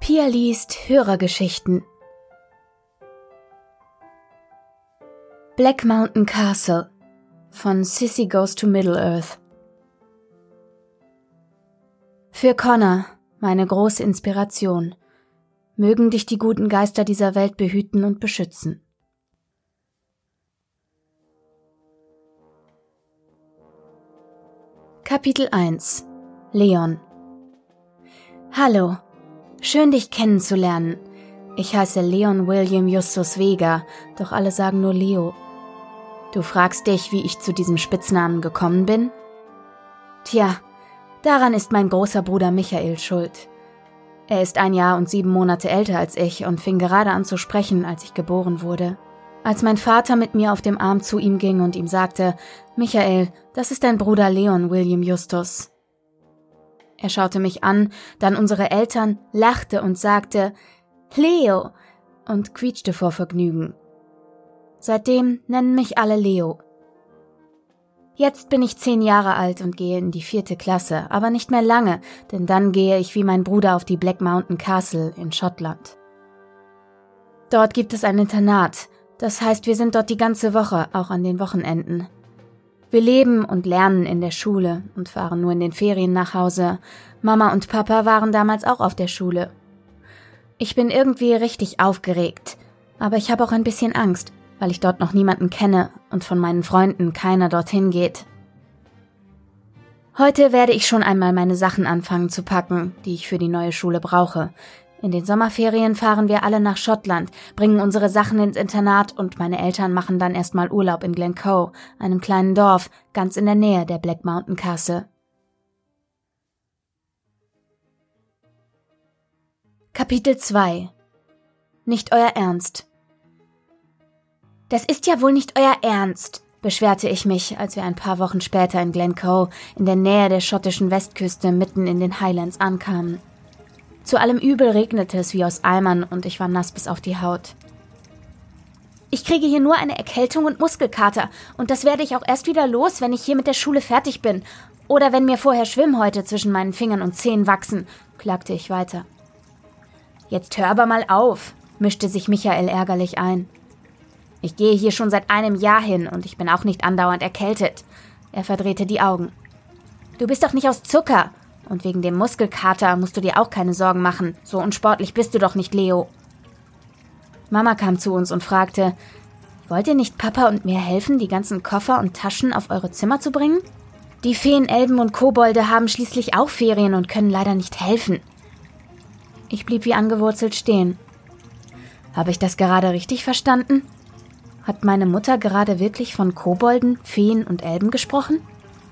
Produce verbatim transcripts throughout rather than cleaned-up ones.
Pia liest Hörergeschichten. Black Mountain Castle von Sissy Goes to Middle-earth. Für Connor, meine große Inspiration. Mögen dich die guten Geister dieser Welt behüten und beschützen. Kapitel eins. Leon. Hallo, schön dich kennenzulernen. Ich heiße Leon William Justus Vega, doch alle sagen nur Leo. Du fragst dich, wie ich zu diesem Spitznamen gekommen bin? Tja, daran ist mein großer Bruder Michael schuld. Er ist ein Jahr und sieben Monate älter als ich und fing gerade an zu sprechen, als ich geboren wurde. Als mein Vater mit mir auf dem Arm zu ihm ging und ihm sagte, Michael, das ist dein Bruder Leon William Justus. Er schaute mich an, dann unsere Eltern, lachte und sagte, Leo, und quietschte vor Vergnügen. Seitdem nennen mich alle Leo. Jetzt bin ich zehn Jahre alt und gehe in die vierte Klasse, aber nicht mehr lange, denn dann gehe ich wie mein Bruder auf die Black Mountain Castle in Schottland. Dort gibt es ein Internat, das heißt, wir sind dort die ganze Woche, auch an den Wochenenden. Wir leben und lernen in der Schule und fahren nur in den Ferien nach Hause. Mama und Papa waren damals auch auf der Schule. Ich bin irgendwie richtig aufgeregt, aber ich habe auch ein bisschen Angst, weil ich dort noch niemanden kenne und von meinen Freunden keiner dorthin geht. Heute werde ich schon einmal meine Sachen anfangen zu packen, die ich für die neue Schule brauche. In den Sommerferien fahren wir alle nach Schottland, bringen unsere Sachen ins Internat und meine Eltern machen dann erstmal Urlaub in Glencoe, einem kleinen Dorf, ganz in der Nähe der Black Mountain Castle. Kapitel zwei. Nicht euer Ernst. Das ist ja wohl nicht euer Ernst, beschwerte ich mich, als wir ein paar Wochen später in Glencoe, in der Nähe der schottischen Westküste, mitten in den Highlands ankamen. Zu allem Übel regnete es wie aus Eimern und ich war nass bis auf die Haut. Ich kriege hier nur eine Erkältung und Muskelkater und das werde ich auch erst wieder los, wenn ich hier mit der Schule fertig bin. Oder wenn mir vorher Schwimmhäute zwischen meinen Fingern und Zehen wachsen, klagte ich weiter. Jetzt hör aber mal auf, mischte sich Michael ärgerlich ein. Ich gehe hier schon seit einem Jahr hin und ich bin auch nicht andauernd erkältet. Er verdrehte die Augen. Du bist doch nicht aus Zucker. Und wegen dem Muskelkater musst du dir auch keine Sorgen machen. So unsportlich bist du doch nicht, Leo. Mama kam zu uns und fragte, wollt ihr nicht Papa und mir helfen, die ganzen Koffer und Taschen auf eure Zimmer zu bringen? Die Feen, Elben und Kobolde haben schließlich auch Ferien und können leider nicht helfen. Ich blieb wie angewurzelt stehen. Habe ich das gerade richtig verstanden? Hat meine Mutter gerade wirklich von Kobolden, Feen und Elben gesprochen?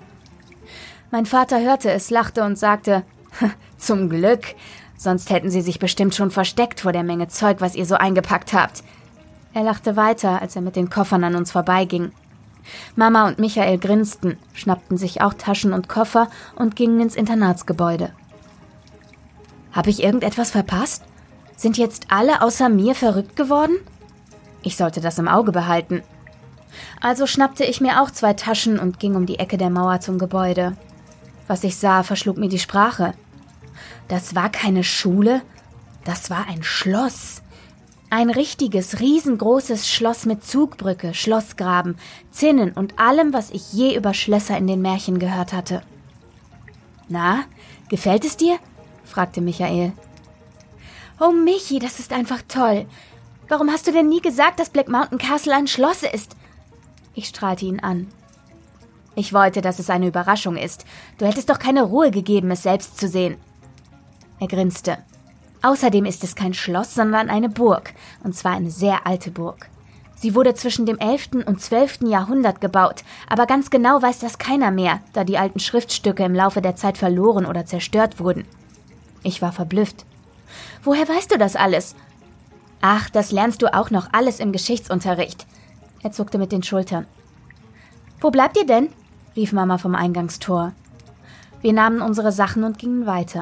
Mein Vater hörte es, lachte und sagte, zum Glück, sonst hätten sie sich bestimmt schon versteckt vor der Menge Zeug, was ihr so eingepackt habt. Er lachte weiter, als er mit den Koffern an uns vorbeiging. Mama und Michael grinsten, schnappten sich auch Taschen und Koffer und gingen ins Internatsgebäude. Habe ich irgendetwas verpasst? Sind jetzt alle außer mir verrückt geworden? Ich sollte das im Auge behalten. Also schnappte ich mir auch zwei Taschen und ging um die Ecke der Mauer zum Gebäude. Was ich sah, verschlug mir die Sprache. Das war keine Schule, das war ein Schloss. Ein richtiges, riesengroßes Schloss mit Zugbrücke, Schlossgraben, Zinnen und allem, was ich je über Schlösser in den Märchen gehört hatte. Na, gefällt es dir? Fragte Michael. Oh Michi, das ist einfach toll. Warum hast du denn nie gesagt, dass Black Mountain Castle ein Schloss ist? Ich strahlte ihn an. Ich wollte, dass es eine Überraschung ist. Du hättest doch keine Ruhe gegeben, es selbst zu sehen. Er grinste. Außerdem ist es kein Schloss, sondern eine Burg. Und zwar eine sehr alte Burg. Sie wurde zwischen dem elften und zwölften Jahrhundert gebaut. Aber ganz genau weiß das keiner mehr, da die alten Schriftstücke im Laufe der Zeit verloren oder zerstört wurden. Ich war verblüfft. Woher weißt du das alles? Ach, das lernst du auch noch alles im Geschichtsunterricht. Er zuckte mit den Schultern. Wo bleibt ihr denn? Rief Mama vom Eingangstor. Wir nahmen unsere Sachen und gingen weiter.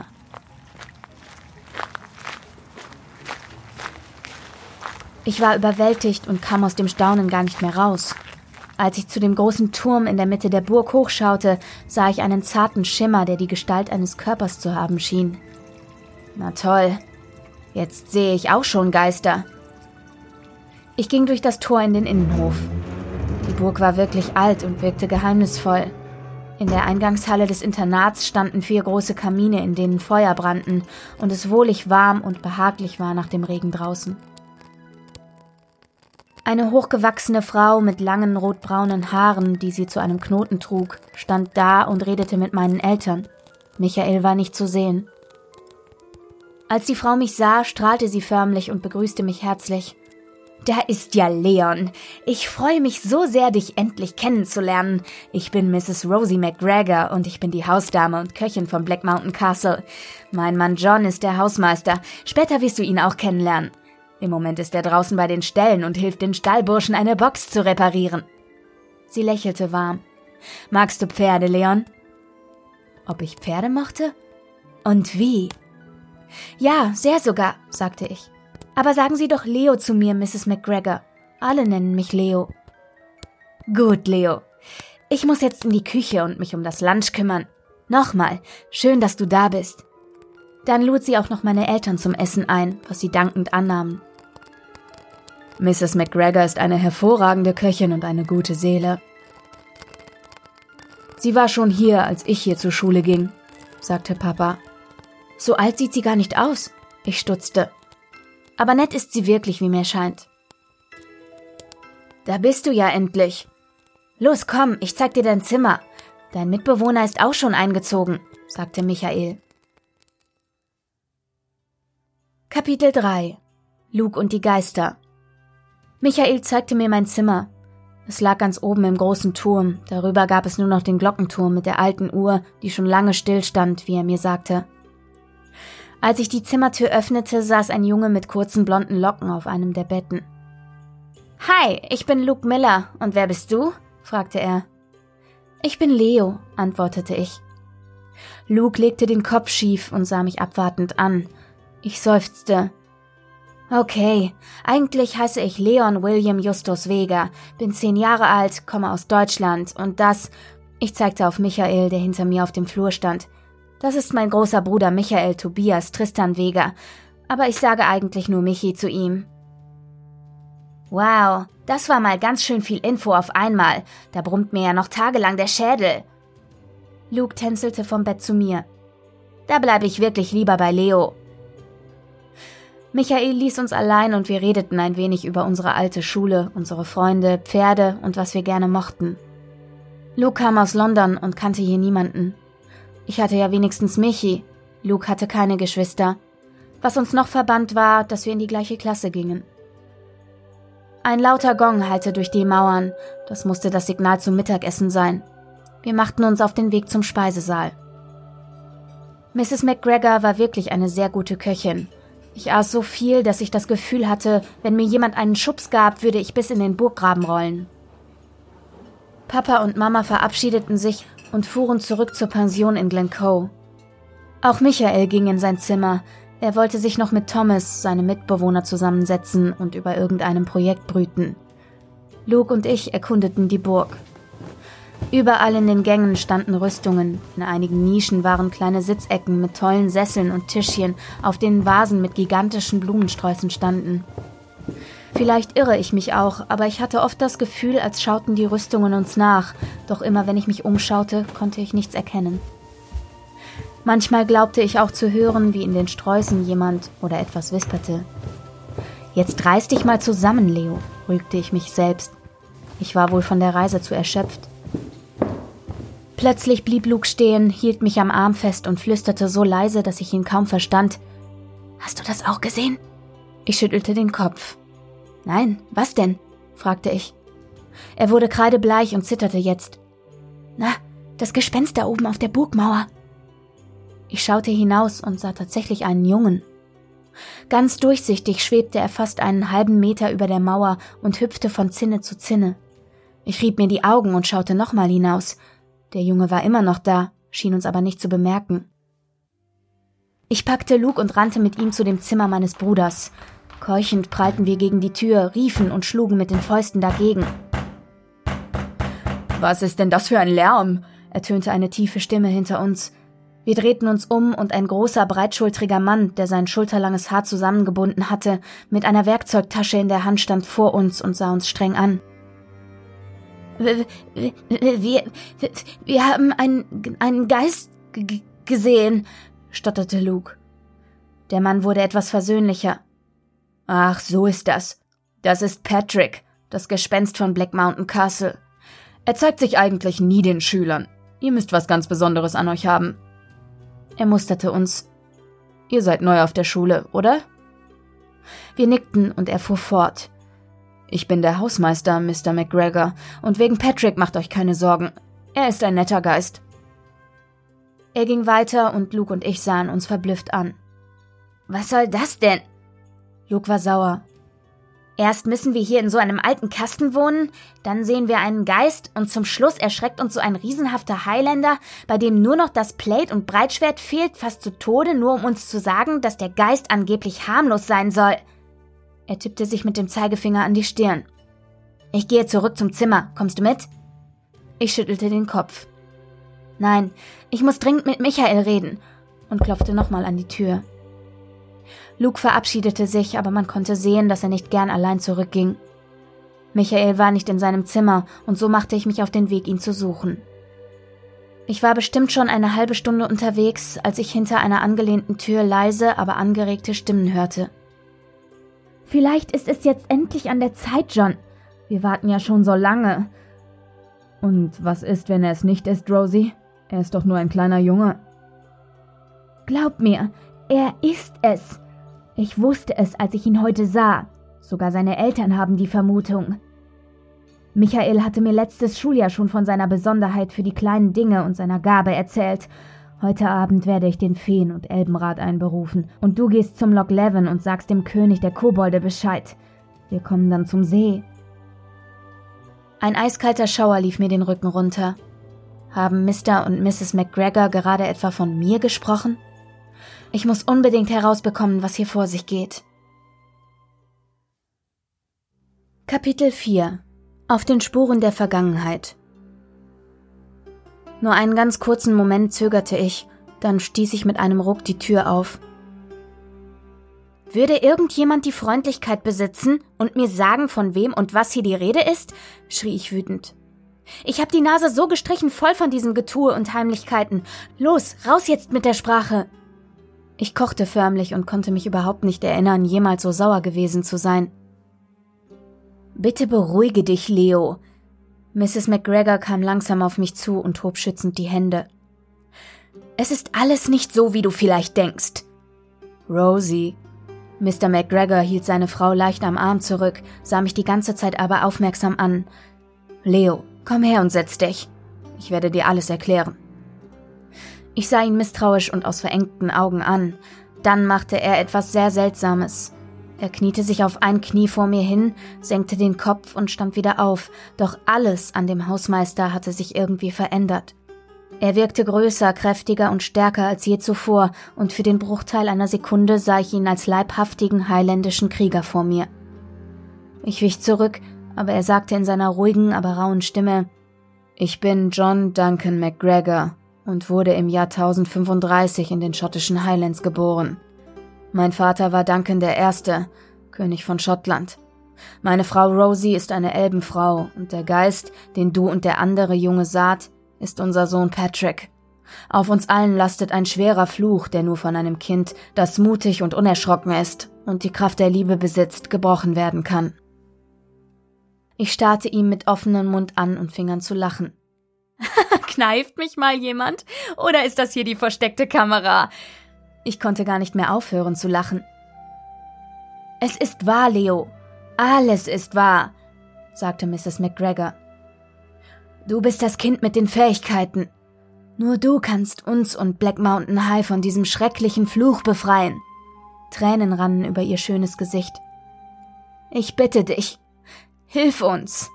Ich war überwältigt und kam aus dem Staunen gar nicht mehr raus. Als ich zu dem großen Turm in der Mitte der Burg hochschaute, sah ich einen zarten Schimmer, der die Gestalt eines Körpers zu haben schien. Na toll. Jetzt sehe ich auch schon Geister. Ich ging durch das Tor in den Innenhof. Die Burg war wirklich alt und wirkte geheimnisvoll. In der Eingangshalle des Internats standen vier große Kamine, in denen Feuer brannten und es wohlig warm und behaglich war nach dem Regen draußen. Eine hochgewachsene Frau mit langen rotbraunen Haaren, die sie zu einem Knoten trug, stand da und redete mit meinen Eltern. Michael war nicht zu sehen. Als die Frau mich sah, strahlte sie förmlich und begrüßte mich herzlich. »Da ist ja Leon. Ich freue mich so sehr, dich endlich kennenzulernen. Ich bin Misses Rosie McGregor und ich bin die Hausdame und Köchin vom Black Mountain Castle. Mein Mann John ist der Hausmeister. Später wirst du ihn auch kennenlernen. Im Moment ist er draußen bei den Ställen und hilft den Stallburschen, eine Box zu reparieren.« Sie lächelte warm. »Magst du Pferde, Leon?« Ob ich Pferde mochte? Und wie? »Ja, sehr sogar«, sagte ich. »Aber sagen Sie doch Leo zu mir, Misses McGregor. Alle nennen mich Leo.« »Gut, Leo. Ich muss jetzt in die Küche und mich um das Lunch kümmern. Nochmal, schön, dass du da bist.« Dann lud sie auch noch meine Eltern zum Essen ein, was sie dankend annahmen. »Misses McGregor ist eine hervorragende Köchin und eine gute Seele.« »Sie war schon hier, als ich hier zur Schule ging«, sagte Papa. »So alt sieht sie gar nicht aus«, ich stutzte. »Aber nett ist sie wirklich, wie mir scheint.« »Da bist du ja endlich. Los, komm, ich zeig dir dein Zimmer. Dein Mitbewohner ist auch schon eingezogen«, sagte Michael. Kapitel drei. Luke und die Geister. Michael zeigte mir mein Zimmer. Es lag ganz oben im großen Turm. Darüber gab es nur noch den Glockenturm mit der alten Uhr, die schon lange stillstand, wie er mir sagte. Als ich die Zimmertür öffnete, saß ein Junge mit kurzen blonden Locken auf einem der Betten. »Hi, ich bin Luke Miller. Und wer bist du?« fragte er. »Ich bin Leo«, antwortete ich. Luke legte den Kopf schief und sah mich abwartend an. Ich seufzte. »Okay, eigentlich heiße ich Leon William Justus Vega, bin zehn Jahre alt, komme aus Deutschland und das...« Ich zeigte auf Michael, der hinter mir auf dem Flur stand. »Das ist mein großer Bruder Michael Tobias Tristan Vega, aber ich sage eigentlich nur Michi zu ihm.« »Wow, das war mal ganz schön viel Info auf einmal, da brummt mir ja noch tagelang der Schädel.« Luke tänzelte vom Bett zu mir. »Da bleibe ich wirklich lieber bei Leo.« Michael ließ uns allein und wir redeten ein wenig über unsere alte Schule, unsere Freunde, Pferde und was wir gerne mochten. Luke kam aus London und kannte hier niemanden. Ich hatte ja wenigstens Michi. Luke hatte keine Geschwister. Was uns noch verband war, dass wir in die gleiche Klasse gingen. Ein lauter Gong hallte durch die Mauern. Das musste das Signal zum Mittagessen sein. Wir machten uns auf den Weg zum Speisesaal. Misses McGregor war wirklich eine sehr gute Köchin. Ich aß so viel, dass ich das Gefühl hatte, wenn mir jemand einen Schubs gab, würde ich bis in den Burggraben rollen. Papa und Mama verabschiedeten sich und fuhren zurück zur Pension in Glencoe. Auch Michael ging in sein Zimmer. Er wollte sich noch mit Thomas, seinem Mitbewohner, zusammensetzen und über irgendeinem Projekt brüten. Luke und ich erkundeten die Burg. Überall in den Gängen standen Rüstungen. In einigen Nischen waren kleine Sitzecken mit tollen Sesseln und Tischchen, auf denen Vasen mit gigantischen Blumensträußen standen. Vielleicht irre ich mich auch, aber ich hatte oft das Gefühl, als schauten die Rüstungen uns nach, doch immer wenn ich mich umschaute, konnte ich nichts erkennen. Manchmal glaubte ich auch zu hören, wie in den Sträußen jemand oder etwas wisperte. »Jetzt reiß dich mal zusammen, Leo«, rügte ich mich selbst. Ich war wohl von der Reise zu erschöpft. Plötzlich blieb Luke stehen, hielt mich am Arm fest und flüsterte so leise, dass ich ihn kaum verstand. »Hast du das auch gesehen?« Ich schüttelte den Kopf. »Nein, was denn?« fragte ich. Er wurde kreidebleich und zitterte jetzt. »Na, das Gespenst da oben auf der Burgmauer.« Ich schaute hinaus und sah tatsächlich einen Jungen. Ganz durchsichtig schwebte er fast einen halben Meter über der Mauer und hüpfte von Zinne zu Zinne. Ich rieb mir die Augen und schaute nochmal hinaus. Der Junge war immer noch da, schien uns aber nicht zu bemerken. Ich packte Luke und rannte mit ihm zu dem Zimmer meines Bruders. Keuchend prallten wir gegen die Tür, riefen und schlugen mit den Fäusten dagegen. »Was ist denn das für ein Lärm?« ertönte eine tiefe Stimme hinter uns. Wir drehten uns um und ein großer, breitschultriger Mann, der sein schulterlanges Haar zusammengebunden hatte, mit einer Werkzeugtasche in der Hand stand vor uns und sah uns streng an. Wir, wir, wir haben einen, einen Geist g- gesehen, stotterte Luke. Der Mann wurde etwas versöhnlicher. Ach, so ist das. Das ist Patrick, das Gespenst von Black Mountain Castle. Er zeigt sich eigentlich nie den Schülern. Ihr müsst was ganz Besonderes an euch haben. Er musterte uns. Ihr seid neu auf der Schule, oder? Wir nickten und er fuhr fort. Ich bin der Hausmeister, Mister McGregor, und wegen Patrick macht euch keine Sorgen. Er ist ein netter Geist. Er ging weiter und Luke und ich sahen uns verblüfft an. Was soll das denn? Luke war sauer. Erst müssen wir hier in so einem alten Kasten wohnen, dann sehen wir einen Geist und zum Schluss erschreckt uns so ein riesenhafter Highlander, bei dem nur noch das Plate und Breitschwert fehlt, fast zu Tode, nur um uns zu sagen, dass der Geist angeblich harmlos sein soll. Er tippte sich mit dem Zeigefinger an die Stirn. Ich gehe zurück zum Zimmer, kommst du mit? Ich schüttelte den Kopf. Nein, ich muss dringend mit Michael reden und klopfte nochmal an die Tür. Luke verabschiedete sich, aber man konnte sehen, dass er nicht gern allein zurückging. Michael war nicht in seinem Zimmer, und so machte ich mich auf den Weg, ihn zu suchen. Ich war bestimmt schon eine halbe Stunde unterwegs, als ich hinter einer angelehnten Tür leise, aber angeregte Stimmen hörte. Vielleicht ist es jetzt endlich an der Zeit, John. Wir warten ja schon so lange. Und was ist, wenn er es nicht ist, Rosie? Er ist doch nur ein kleiner Junge. Glaub mir, er ist es. Ich wusste es, als ich ihn heute sah. Sogar seine Eltern haben die Vermutung. Michael hatte mir letztes Schuljahr schon von seiner Besonderheit für die kleinen Dinge und seiner Gabe erzählt. Heute Abend werde ich den Feen- und Elbenrat einberufen. Und du gehst zum Loch Leven und sagst dem König der Kobolde Bescheid. Wir kommen dann zum See. Ein eiskalter Schauer lief mir den Rücken runter. Haben Mister und Misses McGregor gerade etwa von mir gesprochen? Ich muss unbedingt herausbekommen, was hier vor sich geht. Kapitel vier. Auf den Spuren der Vergangenheit. Nur einen ganz kurzen Moment zögerte ich, dann stieß ich mit einem Ruck die Tür auf. Würde irgendjemand die Freundlichkeit besitzen und mir sagen, von wem und was hier die Rede ist? Schrie ich wütend. Ich hab die Nase so gestrichen voll von diesem Getue und Heimlichkeiten. Los, raus jetzt mit der Sprache! Ich kochte förmlich und konnte mich überhaupt nicht erinnern, jemals so sauer gewesen zu sein. Bitte beruhige dich, Leo. Misses McGregor kam langsam auf mich zu und hob schützend die Hände. Es ist alles nicht so, wie du vielleicht denkst. Rosie. Mister McGregor hielt seine Frau leicht am Arm zurück, sah mich die ganze Zeit aber aufmerksam an. Leo, komm her und setz dich. Ich werde dir alles erklären. Ich sah ihn misstrauisch und aus verengten Augen an. Dann machte er etwas sehr Seltsames. Er kniete sich auf ein Knie vor mir hin, senkte den Kopf und stand wieder auf, doch alles an dem Hausmeister hatte sich irgendwie verändert. Er wirkte größer, kräftiger und stärker als je zuvor, und für den Bruchteil einer Sekunde sah ich ihn als leibhaftigen highländischen Krieger vor mir. Ich wich zurück, aber er sagte in seiner ruhigen, aber rauen Stimme, »Ich bin John Duncan McGregor und wurde im Jahr tausendfünfunddreißig in den schottischen Highlands geboren. Mein Vater war Duncan der Erste, König von Schottland. Meine Frau Rosie ist eine Elbenfrau und der Geist, den du und der andere Junge saht, ist unser Sohn Patrick. Auf uns allen lastet ein schwerer Fluch, der nur von einem Kind, das mutig und unerschrocken ist und die Kraft der Liebe besitzt, gebrochen werden kann.« Ich starrte ihm mit offenem Mund an und fing an zu lachen. Kneift mich mal jemand? Oder ist das hier die versteckte Kamera? Ich konnte gar nicht mehr aufhören zu lachen. Es ist wahr, Leo. Alles ist wahr, sagte Misses McGregor. Du bist das Kind mit den Fähigkeiten. Nur du kannst uns und Black Mountain High von diesem schrecklichen Fluch befreien. Tränen rannen über ihr schönes Gesicht. Ich bitte dich, hilf uns.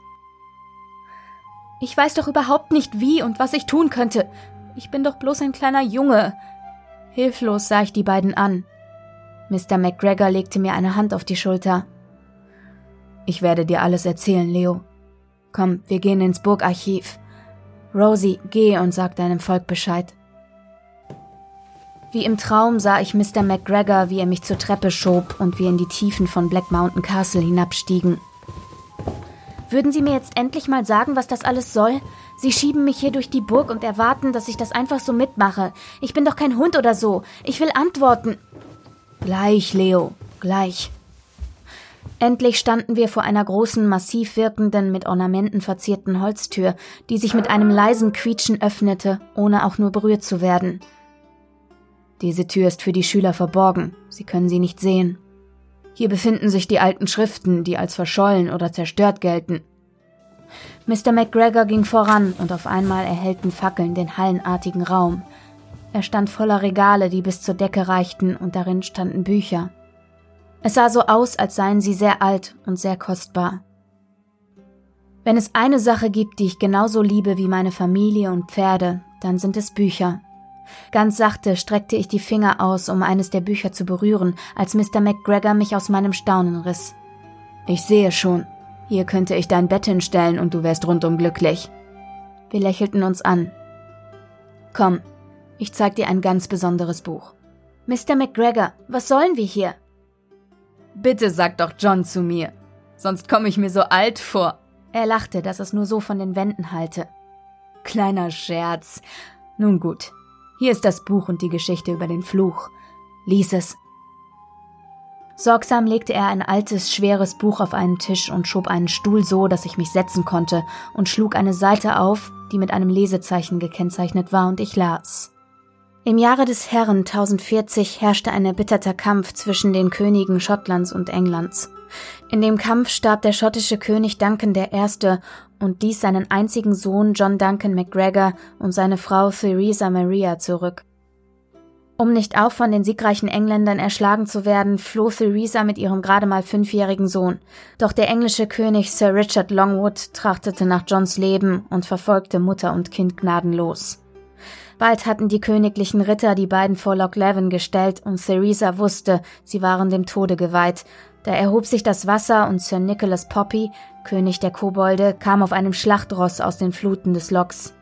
Ich weiß doch überhaupt nicht, wie und was ich tun könnte. Ich bin doch bloß ein kleiner Junge. Hilflos sah ich die beiden an. Mister McGregor legte mir eine Hand auf die Schulter. Ich werde dir alles erzählen, Leo. Komm, wir gehen ins Burgarchiv. Rosie, geh und sag deinem Volk Bescheid. Wie im Traum sah ich Mister McGregor, wie er mich zur Treppe schob und wir in die Tiefen von Black Mountain Castle hinabstiegen. Würden Sie mir jetzt endlich mal sagen, was das alles soll? Sie schieben mich hier durch die Burg und erwarten, dass ich das einfach so mitmache. Ich bin doch kein Hund oder so. Ich will antworten. Gleich, Leo, gleich. Endlich standen wir vor einer großen, massiv wirkenden, mit Ornamenten verzierten Holztür, die sich mit einem leisen Quietschen öffnete, ohne auch nur berührt zu werden. Diese Tür ist für die Schüler verborgen. Sie können sie nicht sehen. Hier befinden sich die alten Schriften, die als verschollen oder zerstört gelten. Mister McGregor ging voran und auf einmal erhellten Fackeln den hallenartigen Raum. Er stand voller Regale, die bis zur Decke reichten, und darin standen Bücher. Es sah so aus, als seien sie sehr alt und sehr kostbar. Wenn es eine Sache gibt, die ich genauso liebe wie meine Familie und Pferde, dann sind es Bücher. Ganz sachte streckte ich die Finger aus, um eines der Bücher zu berühren, als Mister McGregor mich aus meinem Staunen riss. »Ich sehe schon. Hier könnte ich dein Bett hinstellen und du wärst rundum glücklich.« Wir lächelten uns an. »Komm, ich zeig dir ein ganz besonderes Buch.« »Mister McGregor, was sollen wir hier?« »Bitte sag doch John zu mir, sonst komme ich mir so alt vor.« Er lachte, dass es nur so von den Wänden hallte. »Kleiner Scherz. Nun gut. Hier ist das Buch und die Geschichte über den Fluch. Lies es.« Sorgsam legte er ein altes, schweres Buch auf einen Tisch und schob einen Stuhl so, dass ich mich setzen konnte, und schlug eine Seite auf, die mit einem Lesezeichen gekennzeichnet war, und ich las. Im Jahre des Herren tausendvierzig herrschte ein erbitterter Kampf zwischen den Königen Schottlands und Englands. In dem Kampf starb der schottische König Duncan der Erste und ließ seinen einzigen Sohn John Duncan McGregor und seine Frau Theresa Maria zurück. Um nicht auch von den siegreichen Engländern erschlagen zu werden, floh Theresa mit ihrem gerade mal fünfjährigen Sohn. Doch der englische König Sir Richard Longwood trachtete nach Johns Leben und verfolgte Mutter und Kind gnadenlos. Bald hatten die königlichen Ritter die beiden vor Loch Leven gestellt und Theresa wusste, sie waren dem Tode geweiht. Da erhob sich das Wasser und Sir Nicholas Poppy, König der Kobolde, kam auf einem Schlachtross aus den Fluten des Lochs.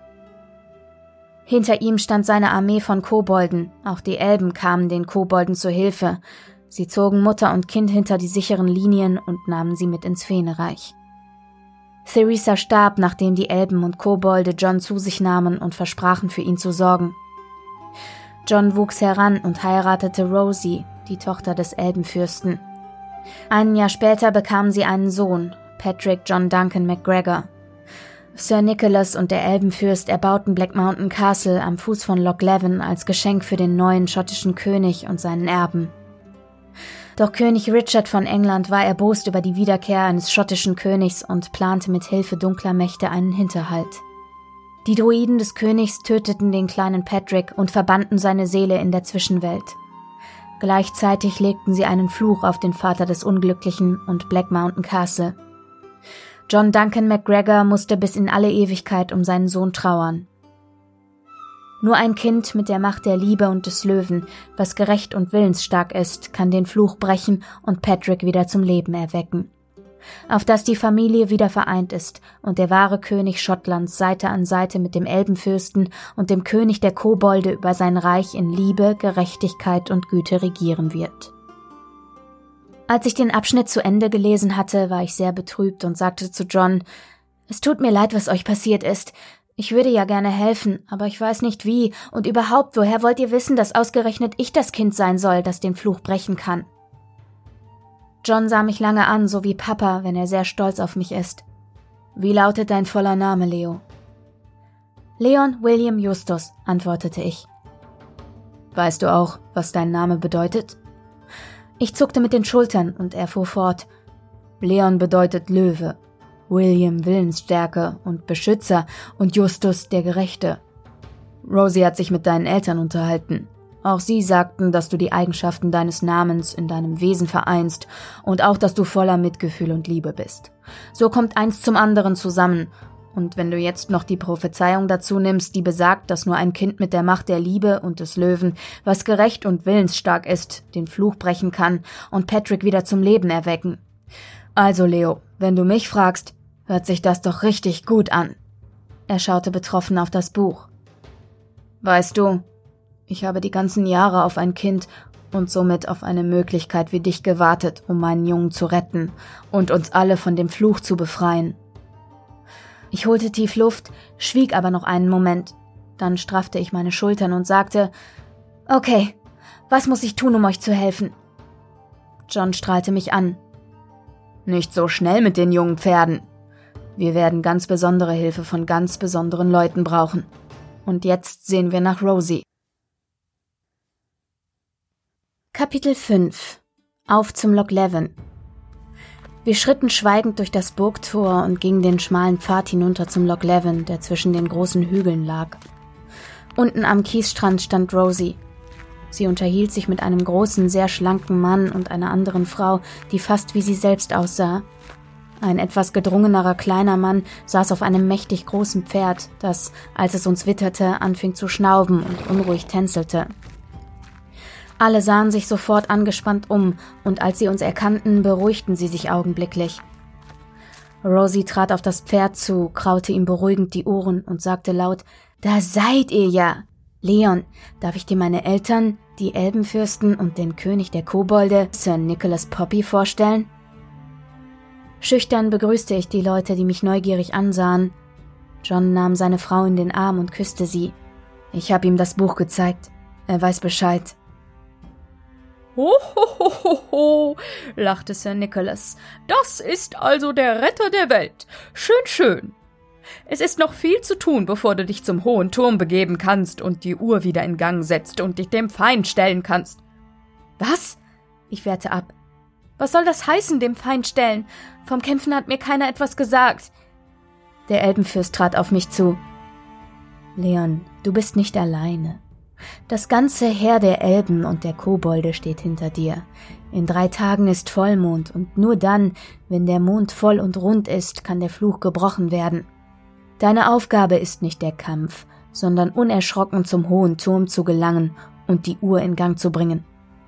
Hinter ihm stand seine Armee von Kobolden, auch die Elben kamen den Kobolden zur Hilfe. Sie zogen Mutter und Kind hinter die sicheren Linien und nahmen sie mit ins Feenereich. Theresa starb, nachdem die Elben und Kobolde John zu sich nahmen und versprachen, für ihn zu sorgen. John wuchs heran und heiratete Rosie, die Tochter des Elbenfürsten. Ein Jahr später bekamen sie einen Sohn, Patrick John Duncan McGregor. Sir Nicholas und der Elbenfürst erbauten Black Mountain Castle am Fuß von Loch Leven als Geschenk für den neuen schottischen König und seinen Erben. Doch König Richard von England war erbost über die Wiederkehr eines schottischen Königs und plante mit Hilfe dunkler Mächte einen Hinterhalt. Die Druiden des Königs töteten den kleinen Patrick und verbannten seine Seele in der Zwischenwelt. Gleichzeitig legten sie einen Fluch auf den Vater des Unglücklichen und Black Mountain Castle. John Duncan McGregor musste bis in alle Ewigkeit um seinen Sohn trauern. Nur ein Kind mit der Macht der Liebe und des Löwen, was gerecht und willensstark ist, kann den Fluch brechen und Patrick wieder zum Leben erwecken. Auf dass die Familie wieder vereint ist und der wahre König Schottlands Seite an Seite mit dem Elbenfürsten und dem König der Kobolde über sein Reich in Liebe, Gerechtigkeit und Güte regieren wird. Als ich den Abschnitt zu Ende gelesen hatte, war ich sehr betrübt und sagte zu John: »Es tut mir leid, was euch passiert ist. Ich würde ja gerne helfen, aber ich weiß nicht wie, und überhaupt, woher wollt ihr wissen, dass ausgerechnet ich das Kind sein soll, das den Fluch brechen kann?« John sah mich lange an, so wie Papa, wenn er sehr stolz auf mich ist. »Wie lautet dein voller Name, Leo?« »Leon William Justus«, antwortete ich. »Weißt du auch, was dein Name bedeutet?« Ich zuckte mit den Schultern und er fuhr fort. »Leon bedeutet Löwe, William Willensstärke und Beschützer und Justus der Gerechte. Rosie hat sich mit deinen Eltern unterhalten. Auch sie sagten, dass du die Eigenschaften deines Namens in deinem Wesen vereinst und auch, dass du voller Mitgefühl und Liebe bist. So kommt eins zum anderen zusammen. Und wenn du jetzt noch die Prophezeiung dazu nimmst, die besagt, dass nur ein Kind mit der Macht der Liebe und des Löwen, was gerecht und willensstark ist, den Fluch brechen kann und Patrick wieder zum Leben erwecken. Also Leo, wenn du mich fragst, hört sich das doch richtig gut an.« Er schaute betroffen auf das Buch. »Weißt du, Ich habe die ganzen Jahre auf ein Kind und somit auf eine Möglichkeit wie dich gewartet, um meinen Jungen zu retten und uns alle von dem Fluch zu befreien. Ich holte tief Luft, schwieg aber noch einen Moment. Dann straffte ich meine Schultern und sagte, »Okay, was muss ich tun, um euch zu helfen?« John strahlte mich an. »Nicht so schnell mit den jungen Pferden. Wir werden ganz besondere Hilfe von ganz besonderen Leuten brauchen. Und jetzt sehen wir nach Rosie.« Kapitel fünf. Auf zum Loch Leven. Wir schritten schweigend durch das Burgtor und gingen den schmalen Pfad hinunter zum Loch Leven, der zwischen den großen Hügeln lag. Unten am Kiesstrand stand Rosie. Sie unterhielt sich mit einem großen, sehr schlanken Mann und einer anderen Frau, die fast wie sie selbst aussah. Ein etwas gedrungenerer kleiner Mann saß auf einem mächtig großen Pferd, das, als es uns witterte, anfing zu schnauben und unruhig tänzelte. Alle sahen sich sofort angespannt um, und als sie uns erkannten, beruhigten sie sich augenblicklich. Rosie trat auf das Pferd zu, kraute ihm beruhigend die Ohren und sagte laut, »Da seid ihr ja! Leon, darf ich dir meine Eltern, die Elbenfürsten und den König der Kobolde, Sir Nicholas Poppy, vorstellen?« Schüchtern begrüßte ich die Leute, die mich neugierig ansahen. John nahm seine Frau in den Arm und küsste sie. Ich habe ihm das Buch gezeigt. Er weiß Bescheid. Ho, ho, ho, ho, ho, lachte Sir Nicholas. Das ist also der Retter der Welt. Schön, schön. Es ist noch viel zu tun, bevor du dich zum hohen Turm begeben kannst und die Uhr wieder in Gang setzt und dich dem Feind stellen kannst. Was? Ich wehrte ab. Was soll das heißen, dem Feind stellen? Vom Kämpfen hat mir keiner etwas gesagt. Der Elbenfürst trat auf mich zu. Leon, du bist nicht alleine. Das ganze Heer der Elben und der Kobolde steht hinter dir. In drei Tagen ist Vollmond und nur dann, wenn der Mond voll und rund ist, kann der Fluch gebrochen werden. Deine Aufgabe ist nicht der Kampf, sondern unerschrocken zum hohen Turm zu gelangen und die Uhr in Gang zu bringen.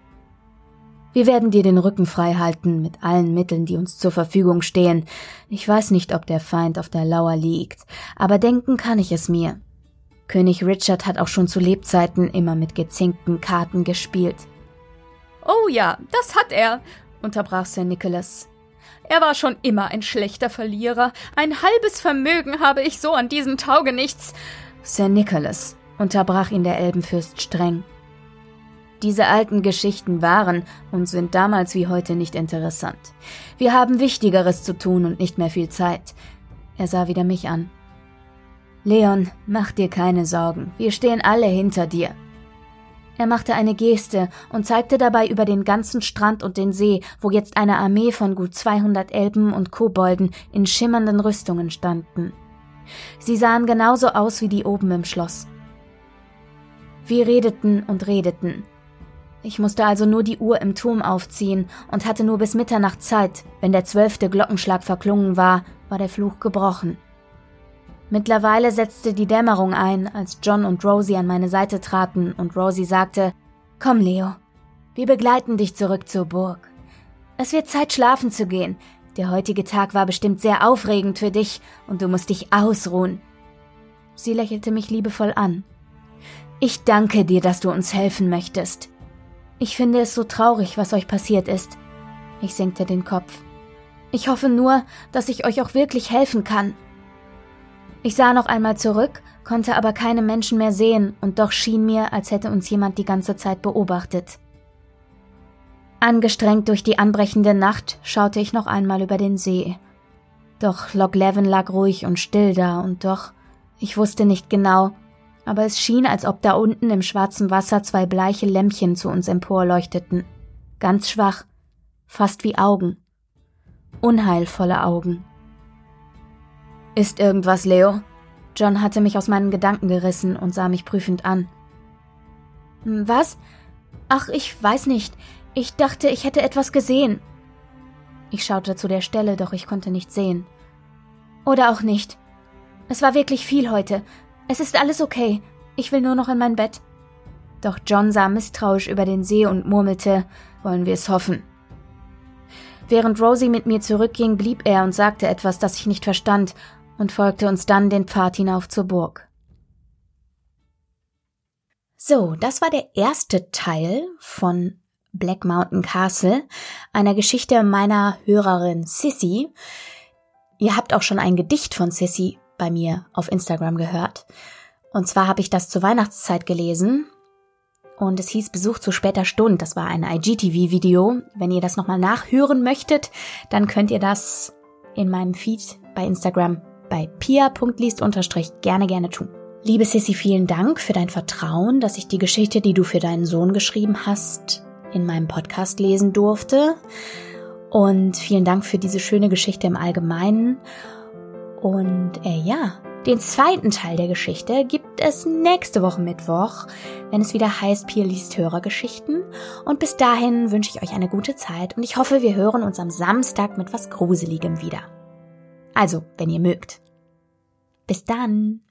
Wir werden dir den Rücken frei halten mit allen Mitteln, die uns zur Verfügung stehen. Ich weiß nicht, ob der Feind auf der Lauer liegt, aber denken kann ich es mir. König Richard hat auch schon zu Lebzeiten immer mit gezinkten Karten gespielt. »Oh ja, das hat er«, unterbrach Sir Nicholas. »Er war schon immer ein schlechter Verlierer. Ein halbes Vermögen habe ich so an diesen Taugenichts.« »Sir Nicholas«, unterbrach ihn der Elbenfürst streng. »Diese alten Geschichten waren und sind damals wie heute nicht interessant. Wir haben Wichtigeres zu tun und nicht mehr viel Zeit.« Er sah wieder mich an. »Leon, mach dir keine Sorgen, wir stehen alle hinter dir.« Er machte eine Geste und zeigte dabei über den ganzen Strand und den See, wo jetzt eine Armee von gut zweihundert Elben und Kobolden in schimmernden Rüstungen standen. Sie sahen genauso aus wie die oben im Schloss. Wir redeten und redeten. Ich musste also nur die Uhr im Turm aufziehen und hatte nur bis Mitternacht Zeit. Wenn der zwölfte Glockenschlag verklungen war, war der Fluch gebrochen. Mittlerweile setzte die Dämmerung ein, als John und Rosie an meine Seite traten und Rosie sagte, »Komm, Leo, wir begleiten dich zurück zur Burg. Es wird Zeit, schlafen zu gehen. Der heutige Tag war bestimmt sehr aufregend für dich und du musst dich ausruhen.« Sie lächelte mich liebevoll an. »Ich danke dir, dass du uns helfen möchtest. Ich finde es so traurig, was euch passiert ist.« Ich senkte den Kopf. »Ich hoffe nur, dass ich euch auch wirklich helfen kann.« Ich sah noch einmal zurück, konnte aber keine Menschen mehr sehen und doch schien mir, als hätte uns jemand die ganze Zeit beobachtet. Angestrengt durch die anbrechende Nacht schaute ich noch einmal über den See. Doch Loch Leven lag ruhig und still da und doch, ich wusste nicht genau, aber es schien, als ob da unten im schwarzen Wasser zwei bleiche Lämpchen zu uns emporleuchteten. Ganz schwach, fast wie Augen. Unheilvolle Augen. »Ist irgendwas, Leo?« John hatte mich aus meinen Gedanken gerissen und sah mich prüfend an. »Was? Ach, ich weiß nicht. Ich dachte, ich hätte etwas gesehen.« Ich schaute zu der Stelle, doch ich konnte nichts sehen. »Oder auch nicht. Es war wirklich viel heute. Es ist alles okay. Ich will nur noch in mein Bett.« Doch John sah misstrauisch über den See und murmelte, »Wollen wir es hoffen.« Während Rosie mit mir zurückging, blieb er und sagte etwas, das ich nicht verstand, und folgte uns dann den Pfad hinauf zur Burg. So, das war der erste Teil von Black Mountain Castle, einer Geschichte meiner Hörerin Sissy. Ihr habt auch schon ein Gedicht von Sissy bei mir auf Instagram gehört. Und zwar habe ich das zur Weihnachtszeit gelesen. Und es hieß Besuch zu später Stunde. Das war ein I G T V-Video. Wenn ihr das nochmal nachhören möchtet, dann könnt ihr das in meinem Feed bei Instagram bei pia punkt liest unterstrich gerne gerne tun. Liebe Sissy, vielen Dank für dein Vertrauen, dass ich die Geschichte, die du für deinen Sohn geschrieben hast, in meinem Podcast lesen durfte. Und vielen Dank für diese schöne Geschichte im Allgemeinen. Und äh, ja, den zweiten Teil der Geschichte gibt es nächste Woche Mittwoch, wenn es wieder heißt Pia liest Hörergeschichten. Und bis dahin wünsche ich euch eine gute Zeit und ich hoffe, wir hören uns am Samstag mit was Gruseligem wieder. Also, wenn ihr mögt. Bis dann!